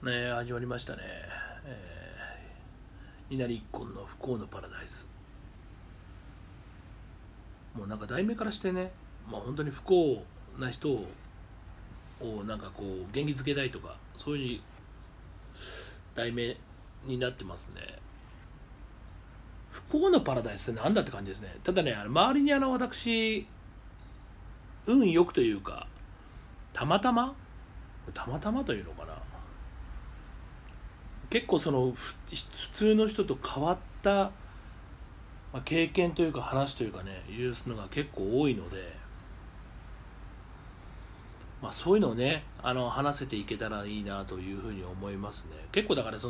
ね、始まりましたね。稲荷一根の不幸のパラダイス。もうなんか題名からしてね、本当に不幸な人をなんかこう元気づけたいとか、そういう題名になってますね。不幸のパラダイスってなんだって感じですね。ただね、周りに私運良くというか、たまたまというのかな、結構その普通の人と変わった、経験というか話というかね、いうのが結構多いので、そういうのをね、話せていけたらいいなというふうに思いますね。結構だから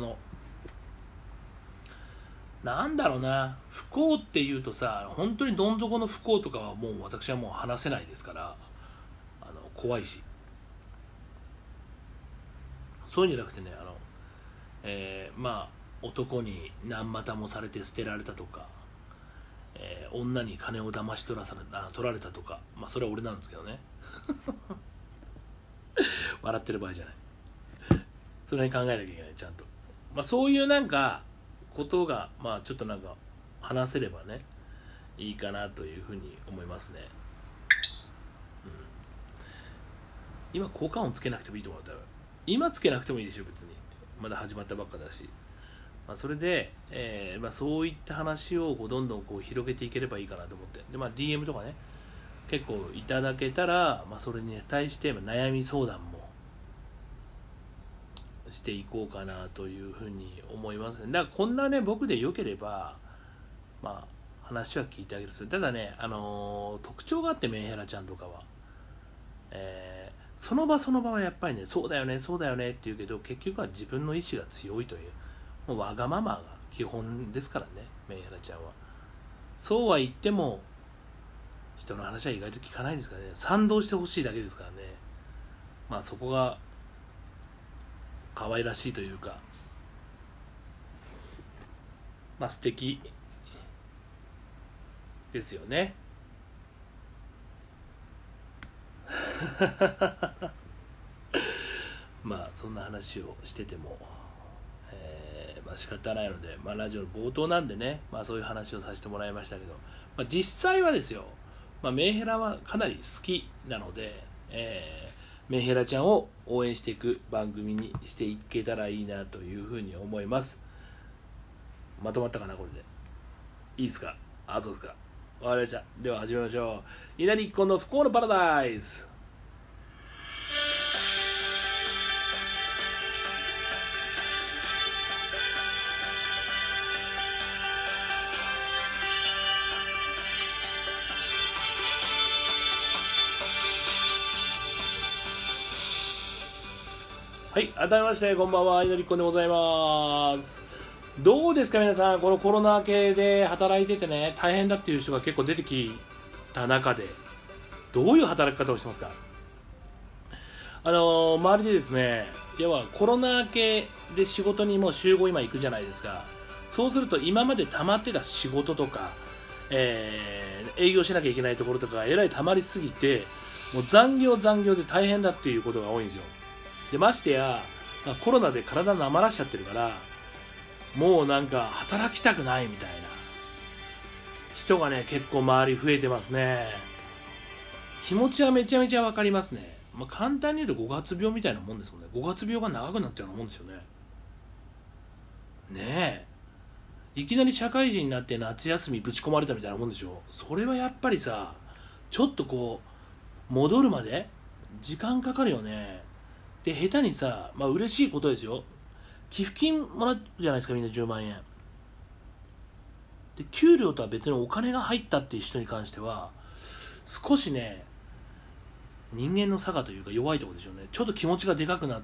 なんだろうな、不幸っていうとさ、本当にどん底の不幸とかはもう私はもう話せないですから、怖いし、そういうんじゃなくてね、男に何股もされて捨てられたとか、女に金を騙し取られたとか、それは俺なんですけどね笑ってる場合じゃない。それに考えなきゃいけない、ちゃんと。そういうなんかことがちょっとなんか話せればね、いいかなというふうに思いますね。今効果音つけなくてもいいと思う。多分今つけなくてもいいでしょ、別に。まだ始まったばっかだし。それで、そういった話をどんどん広げていければいいかなと思って、で、DM とかね、結構いただけたら、それに対して悩み相談もしていこうかなというふうに思いますね。だからこんなね、僕でよければ話は聞いてあげる。ただね、特徴があって、メンヘラちゃんとかは、その場その場はやっぱりね、そうだよねって言うけど、結局は自分の意志が強いという、もうわがままが基本ですからね、メンヘラちゃんは。そうは言っても人の話は意外と聞かないですからね。賛同してほしいだけですからね。そこが可愛らしいというか、素敵ですよねそんな話をしてても、仕方ないので、ラジオの冒頭なんでね、そういう話をさせてもらいましたけど、実際はですよ、メンヘラはかなり好きなので、メンヘラちゃんを応援していく番組にしていけたらいいなというふうに思います。まとまったかな、これで。いいですか？そうですか。わかりました。では始めましょう。稲荷一根の不幸のパラダイス。はい、改めましてこんばんは、稲荷一根でございます。どうですか皆さん、このコロナ系で働いててね、大変だっていう人が結構出てきた中で、どういう働き方をしてますか？周りでですね、要はコロナ系で仕事にもう週5今行くじゃないですか。そうすると今まで溜まってた仕事とか、営業しなきゃいけないところとかがえらい溜まりすぎて、もう残業で大変だっていうことが多いんですよ。でましてや、コロナで体なまらしちゃってるから、もうなんか働きたくないみたいな人がね、結構周り増えてますね。気持ちはめちゃめちゃわかりますね。簡単に言うと5月病みたいなもんですもんね。5月病が長くなったようなもんですよね。ねえ、いきなり社会人になって夏休みぶち込まれたみたいなもんでしょ。それはやっぱりさ、ちょっと戻るまで時間かかるよね。で下手にさ、嬉しいことですよ、寄付金もらうじゃないですか、みんな10万円で。給料とは別にお金が入ったっていう人に関しては少しね、人間の差がというか弱いところでしょうね。ちょっと気持ちがでかくなって、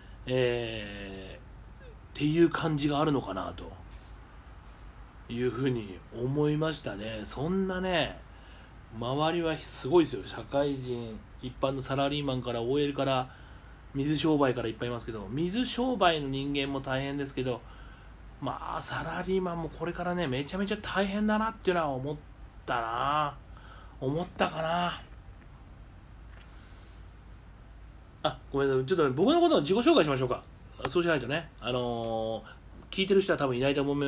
っていう感じがあるのかなというふうに思いましたね。そんなね、周りはすごいですよ。社会人、一般のサラリーマンから OL から水商売からいっぱいいますけど、水商売の人間も大変ですけど、サラリーマンもこれからね、めちゃめちゃ大変だなっていうのは思ったかな。ごめんなさい、ちょっと、僕のことの自己紹介しましょうか。 そうしないとね、聞いてる人は多分いないと思う、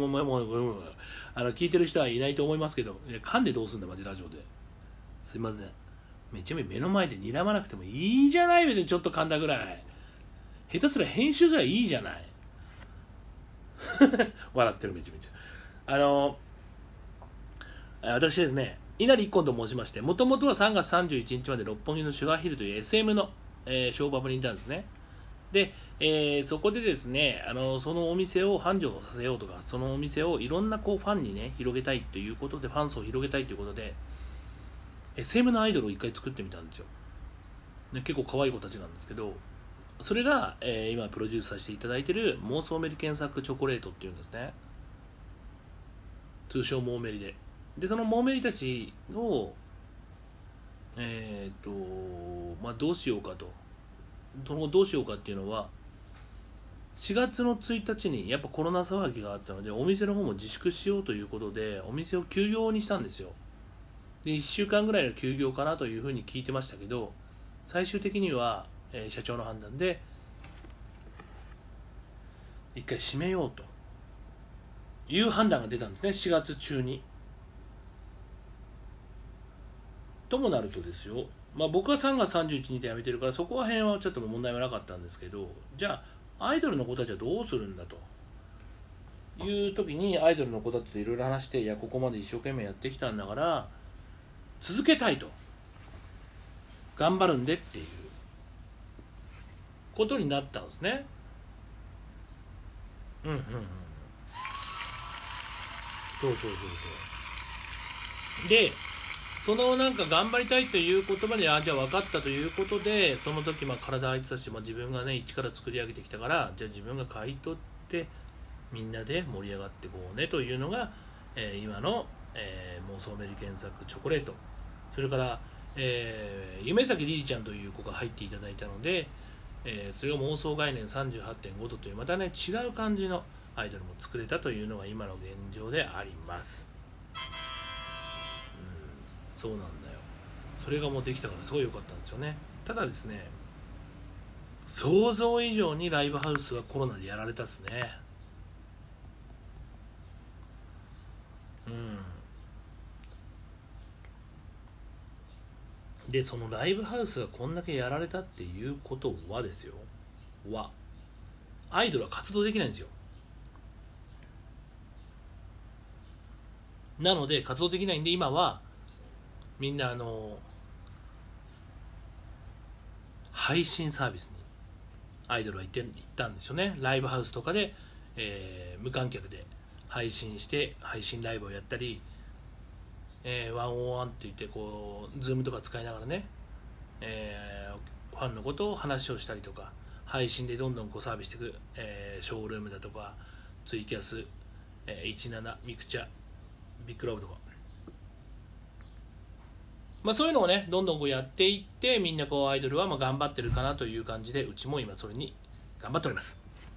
聞いてる人はいないと思いますけど、噛んでどうすんだマジラジオで。すいません。めちゃめちゃ目の前で睨まなくてもいいじゃない、別にちょっと噛んだぐらい。下手すら編集すらいいじゃない。笑ってる、めちゃめちゃ。私ですね、稲荷一根と申しまして、もともとは3月31日まで六本木のシュガーヒルという SM の、ショーパブにいたんですね。で、そこでですね、そのお店を繁盛させようとか、そのお店をいろんなこうファンにね、広げたいということで、ファン層を広げたいということで、SM のアイドルを一回作ってみたんですよ。ね、結構可愛い子たちなんですけど、それが、今プロデュースさせていただいている妄想メリケンサックチョコレートっていうんですね。通称モーメリで。で、そのモーメリたちを、どうしようかと。どうしようかっていうのは、4月の1日にやっぱコロナ騒ぎがあったので、お店の方も自粛しようということで、お店を休業にしたんですよ。で、1週間ぐらいの休業かなというふうに聞いてましたけど、最終的には、社長の判断で、一回閉めようという判断が出たんですね、4月中に。ともなるとですよ、僕は3月31日で辞めてるから、そこら辺はちょっと問題はなかったんですけど、じゃあアイドルの子たちはどうするんだという時に、アイドルの子たちといろいろ話して、いやここまで一生懸命やってきたんだから続けたいと、頑張るんでっていうことになったんですね。そうで、そのなんか頑張りたいという言葉で、じゃあ分かったということで、その時体空いてたし、自分がね一から作り上げてきたから、じゃあ自分が買い取ってみんなで盛り上がっていこうねというのが、今の、妄想メリケンサックチョコレート、それから、夢咲りりちゃんという子が入っていただいたので、それが妄想概念 38.5 度というまたね違う感じのアイドルも作れたというのが今の現状であります。そうなんだよ。それがもうできたからすごい良かったんですよね。ただですね、想像以上にライブハウスはコロナでやられたっすね。で、そのライブハウスがこんだけやられたっていうことはですよ、アイドルは活動できないんですよ。なので活動できないんで、今はみんな配信サービスにアイドルは行ったんですよね。ライブハウスとかで、無観客で配信して配信ライブをやったり、101って言ってこうズームとか使いながらね、ファンのことを話をしたりとか、配信でどんどんこうサービスしていく、ショールームだとかツイキャス、17ミクチャビッグラブとか、そういうのをねどんどんこうやっていって、みんなこうアイドルは頑張ってるかなという感じで、うちも今それに頑張っております。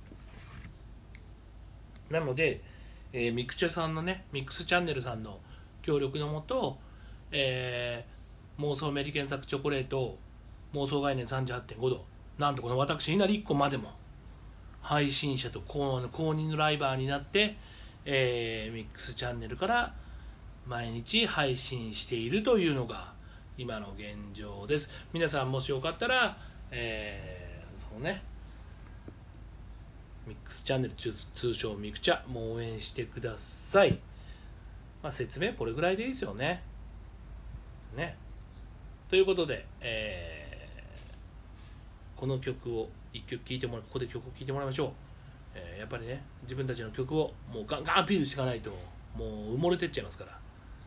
なので、ミクチャさんのね、ミックスチャンネルさんの協力のもと、妄想メリケンサックチョコレート妄想概念 38.5 度、なんとこの私稲荷1個までも配信者と公認のライバーになって、ミックスチャンネルから毎日配信しているというのが今の現状です。皆さんもしよかったら、そうね、ミックスチャンネル、通称ミクチャも応援してください。説明これぐらいでいいですよね。ということで、この曲を1曲聴いてもらう、ここで曲を聴いてもらいましょう。やっぱりね、自分たちの曲をもうガンガンアピールしていかないと、もう埋もれてっちゃいますから、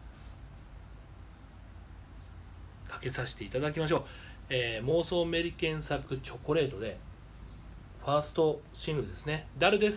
かけさせていただきましょう。妄想メリケンサックチョコレートでファーストシングルですね。ダルです。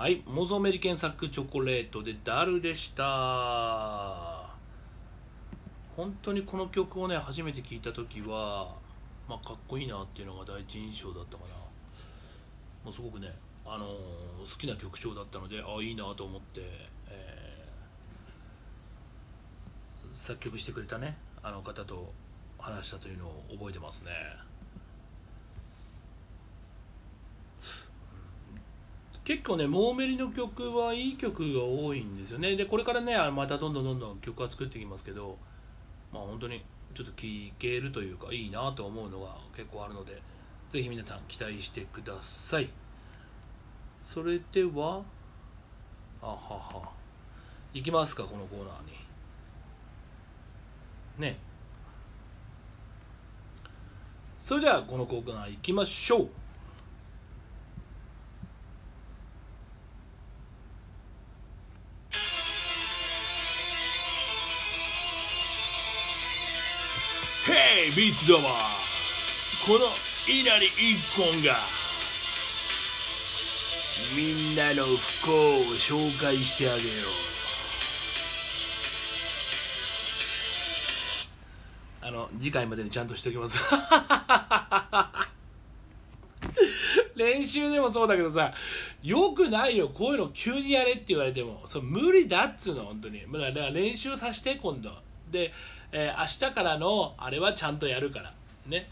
はい、モゾアメリケンサックチョコレートでダルでした。本当にこの曲をね初めて聴いた時は、かっこいいなっていうのが第一印象だったかな。もうすごくね、好きな曲調だったので、いいなと思って、作曲してくれたね方と話したというのを覚えてますね。結構ねモーメリの曲はいい曲が多いんですよね。でこれからねまたどんどん曲は作っていきますけど、本当にちょっと聴けるというかいいなと思うのが結構あるので、ぜひ皆さん期待してください。それでは行きますか、このコーナーにね。それではこのコーナー行きましょう。ヘイビーチども、この稲荷一本がみんなの不幸を紹介してあげよう。次回までにちゃんとしておきます練習でもそうだけどさ、よくないよこういうの急にやれって言われても、無理だっつうの本当に。だから練習させて今度で、明日からのあれはちゃんとやるからね。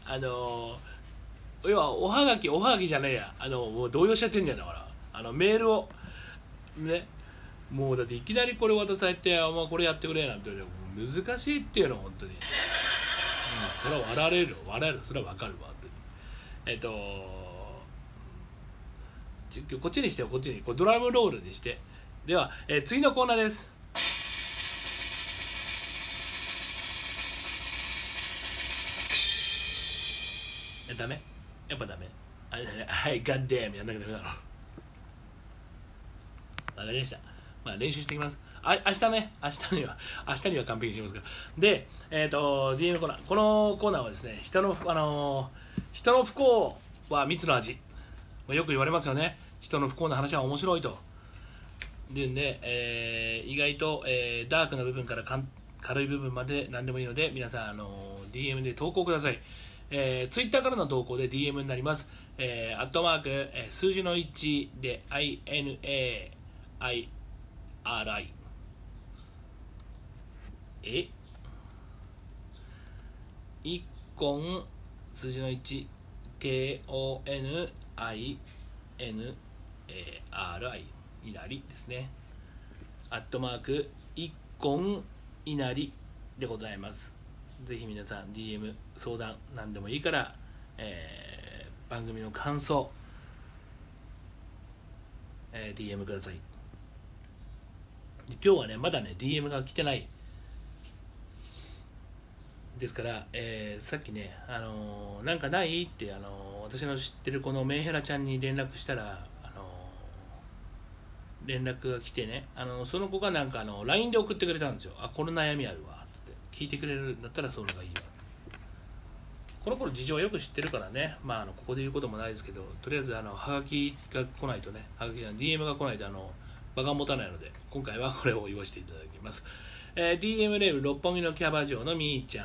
要はおはがきじゃねえや、もう動揺しちゃってんじゃん。だからメールをね、もうだっていきなりこれ渡されてこれやってくれなんて言われて難しいっていうの本当に、それは笑えるそれは分かるわ本当に。こっちにしてよ、こっちにこうドラムロールにして。では、次のコーナーです。ダメ、やっぱダメ。はい、ガッデームやんなきゃダメだろ。わかりました。練習していきます。明日には完璧にしますから。で、DM コーナー。このコーナーはですね、人の不幸は蜜の味。よく言われますよね。人の不幸な話は面白いと。でんで、意外と、ダークな部分から軽い部分まで何でもいいので、皆さん、DM で投稿ください。Twitter からの投稿で DM になります。アットマーク、数字の1で INAIRI 一根数字の1 KONINARI 稲荷ですね。アットマーク一根稲荷でございます。ぜひ皆さん DM 相談何でもいいから、番組の感想、DM ください。今日はねまだね DM が来てないですから、さっきねなんかないって私の知ってるこのメンヘラちゃんに連絡したら連絡が来てね、その子がなんかLINE で送ってくれたんですよ。この悩みあるわって聞いてくれるんだったらそれがいいわ。この頃事情はよく知ってるからね、ここで言うこともないですけど、とりあえずはがきが来ないとね、DM が来ないと場が持たないので、今回はこれを言わせていただきます。DM ネーム六本木のキャバ嬢のみーちゃん。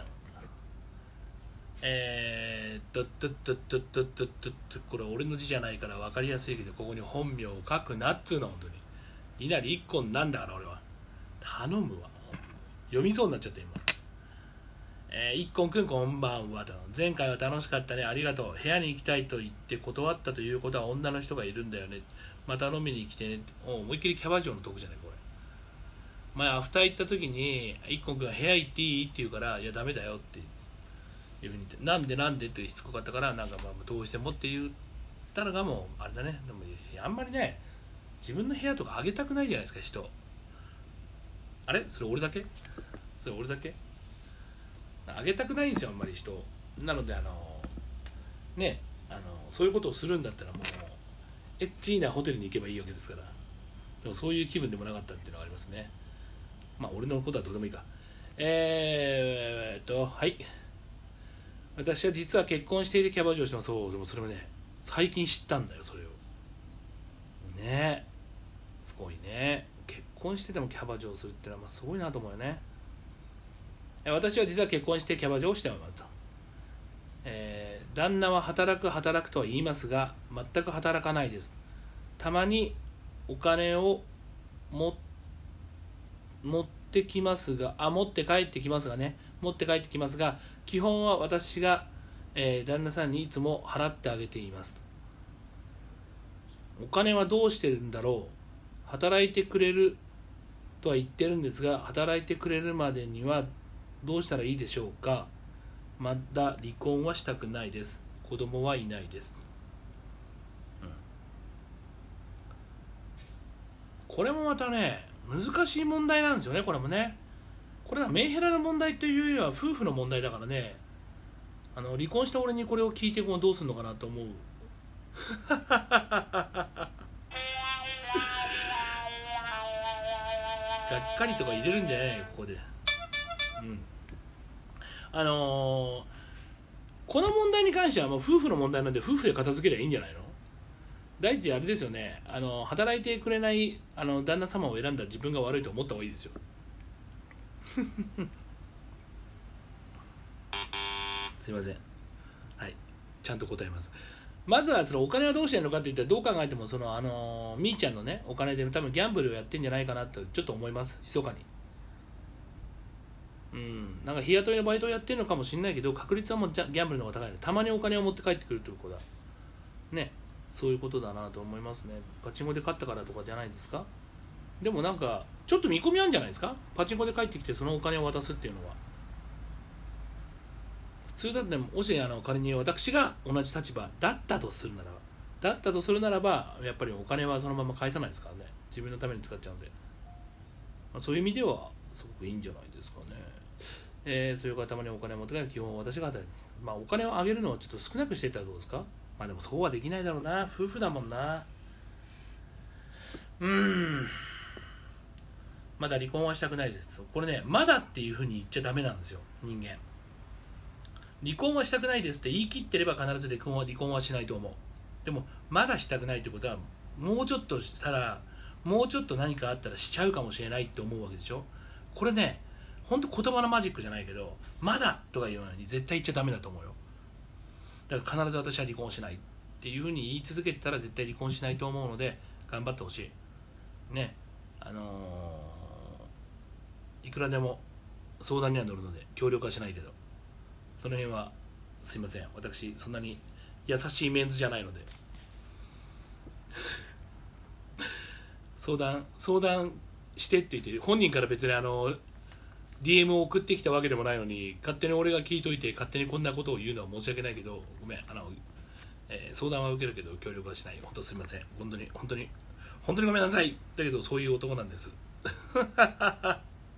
これ俺の字じゃないから分かりやすいけど、ここに本名を書くなっつうの。本当に稲荷一本なんだから俺は頼むわ。読みそうになっちゃった今。一根くんこんばんはと。前回は楽しかったね、ありがとう。部屋に行きたいと言って断ったということは女の人がいるんだよね。また飲みに来てね。思いっきりキャバ嬢のとこじゃないこれ。前アフター行った時に一根くんが部屋行っていいって言うから、いやダメだよっていうふうに言って、なんでってしつこかったから、どうしてもって言ったのがもうあれだね。でもあんまりね自分の部屋とかあげたくないじゃないですか人。あれそれ俺だけあげたくないんですよあんまり人。なのでそういうことをするんだったらもうエッチなホテルに行けばいいわけですから。でもそういう気分でもなかったっていうのがありますね。俺のことはどうでもいいか。はい、私は実は結婚していてキャバ嬢してます。そうでもそれもね最近知ったんだよそれをね。 すごいね。結婚しててもキャバ嬢するってのはまあすごいなと思うよね。私は実は結婚してキャバ嬢をしておりますと。旦那は働くとは言いますが全く働かないです。たまにお金を持って帰ってきますが基本は私が、旦那さんにいつも払ってあげていますと。お金はどうしてるんだろう。働いてくれるとは言ってるんですが働いてくれるまでにはどうしたらいいでしょうか。まだ離婚はしたくないです。子供はいないです、これもまたね難しい問題なんですよね。これもね、これはメンヘラの問題というよりは夫婦の問題だからね、離婚した俺にこれを聞いてどうするのかなと思うがっかりとか入れるんじゃないよここで。この問題に関してはもう夫婦の問題なんで夫婦で片付ければいいんじゃないの。第一あれですよね、働いてくれない旦那様を選んだ自分が悪いと思った方がいいですよすいません、はい、ちゃんと答えます。まずはそのお金はどうしてるのかっていったらどう考えてもみーちゃんのねお金で多分ギャンブルをやってんじゃないかなとちょっと思います、密かに。なんか日雇いのバイトをやってるのかもしれないけど確率はもうギャンブルの方が高いので、たまにお金を持って帰ってくるということだね。そういうことだなと思いますね。パチンコで勝ったからとかじゃないですか。でもなんかちょっと見込みあるんじゃないですか。パチンコで帰ってきてそのお金を渡すっていうのは普通だって。もし仮に私が同じ立場だったとするならばやっぱりお金はそのまま返さないですからね。自分のために使っちゃうんで、そういう意味ではすごくいいんじゃないですかね。そういう方たまにお金を持って帰る基本は私が働きます。お金をあげるのはちょっと少なくしていったらどうですか。でもそうはできないだろうな、夫婦だもんな。まだ離婚はしたくないです。これね、まだっていうふうに言っちゃダメなんですよ。人間離婚はしたくないですって言い切ってれば必ず離婚はしないと思う。でもまだしたくないってことはもうちょっとしたらもうちょっと何かあったらしちゃうかもしれないって思うわけでしょ。これね、ほんと言葉のマジックじゃないけどまだとか言うのに絶対言っちゃダメだと思うよ。だから必ず私は離婚しないっていうふうに言い続けてたら絶対離婚しないと思うので頑張ってほしいね。いくらでも相談には乗るので協力はしないけど、その辺はすいません、私そんなに優しいメンズじゃないので相談してって言って本人から別にDM を送ってきたわけでもないのに勝手に俺が聞いといて勝手にこんなことを言うのは申し訳ないけどごめん。相談は受けるけど協力はしない。本当すいません、本当にごめんなさい。だけどそういう男なんですはい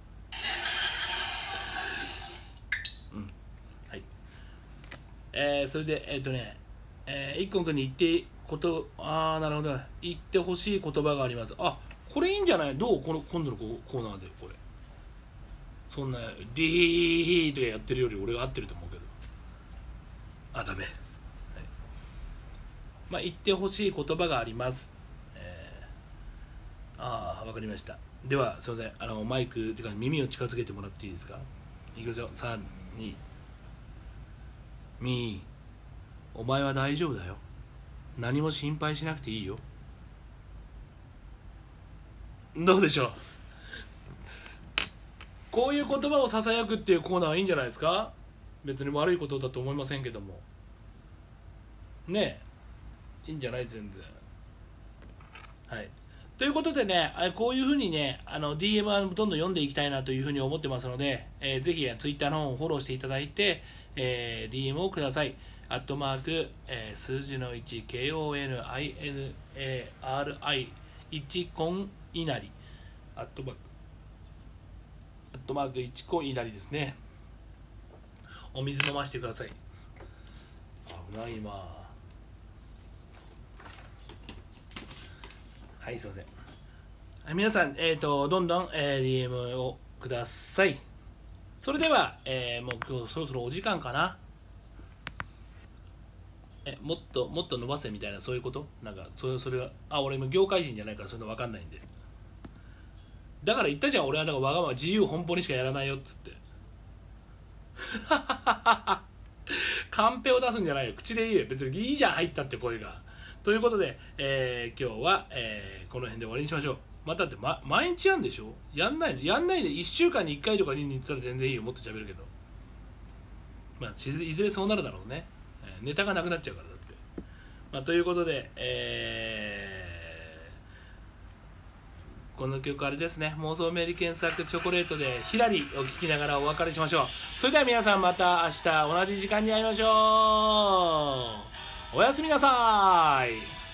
、それで一個君に言ってほしい言葉があります。これいいんじゃない。どう今度のコーナーでこれそんなディーとかやってるより俺が合ってると思うけどダメ、言ってほしい言葉があります。わかりました。ではすいません、マイクっていうか耳を近づけてもらっていいですか。いきますよ。3、2、みー、お前は大丈夫だよ。何も心配しなくていいよ。どうでしょう。こういう言葉をささやくっていうコーナーはいいんじゃないですか。別に悪いことだと思いませんけどもねえ、いいんじゃない。全然。はい、ということでね、こういうふうにねDM はどんどん読んでいきたいなというふうに思ってますので、ぜひ Twitter の方をフォローしていただいて、DM をください。数字の1 KONINARI 1コンイナリアットマーク1コンイナリですね。お水飲ませてください。危ない今。はい、すいません。皆さん、どんどん、DM をください。それでは、もう今日そろそろお時間かな。もっと伸ばせみたいなそういうことなんかそれは俺も業界人じゃないからそういうの分かんないんでだから言ったじゃん、俺はだからわがまま自由奔放にしかやらないよっつってカンペを出すんじゃないよ、口で言えよ、別にいいじゃん入ったって声が。ということで、今日は、この辺で終わりにしましょう。またって、毎日やんでしょ。やんないで1週間に1回とかに言ったら全然いいよ、もっと喋るけど、まあ、いずれそうなるだろうね、ネタがなくなっちゃうからだって、ということで、この曲あれですね、妄想メリケン作チョコレートでヒラリを聴きながらお別れしましょう。それでは皆さんまた明日同じ時間に会いましょう。おやすみなさい。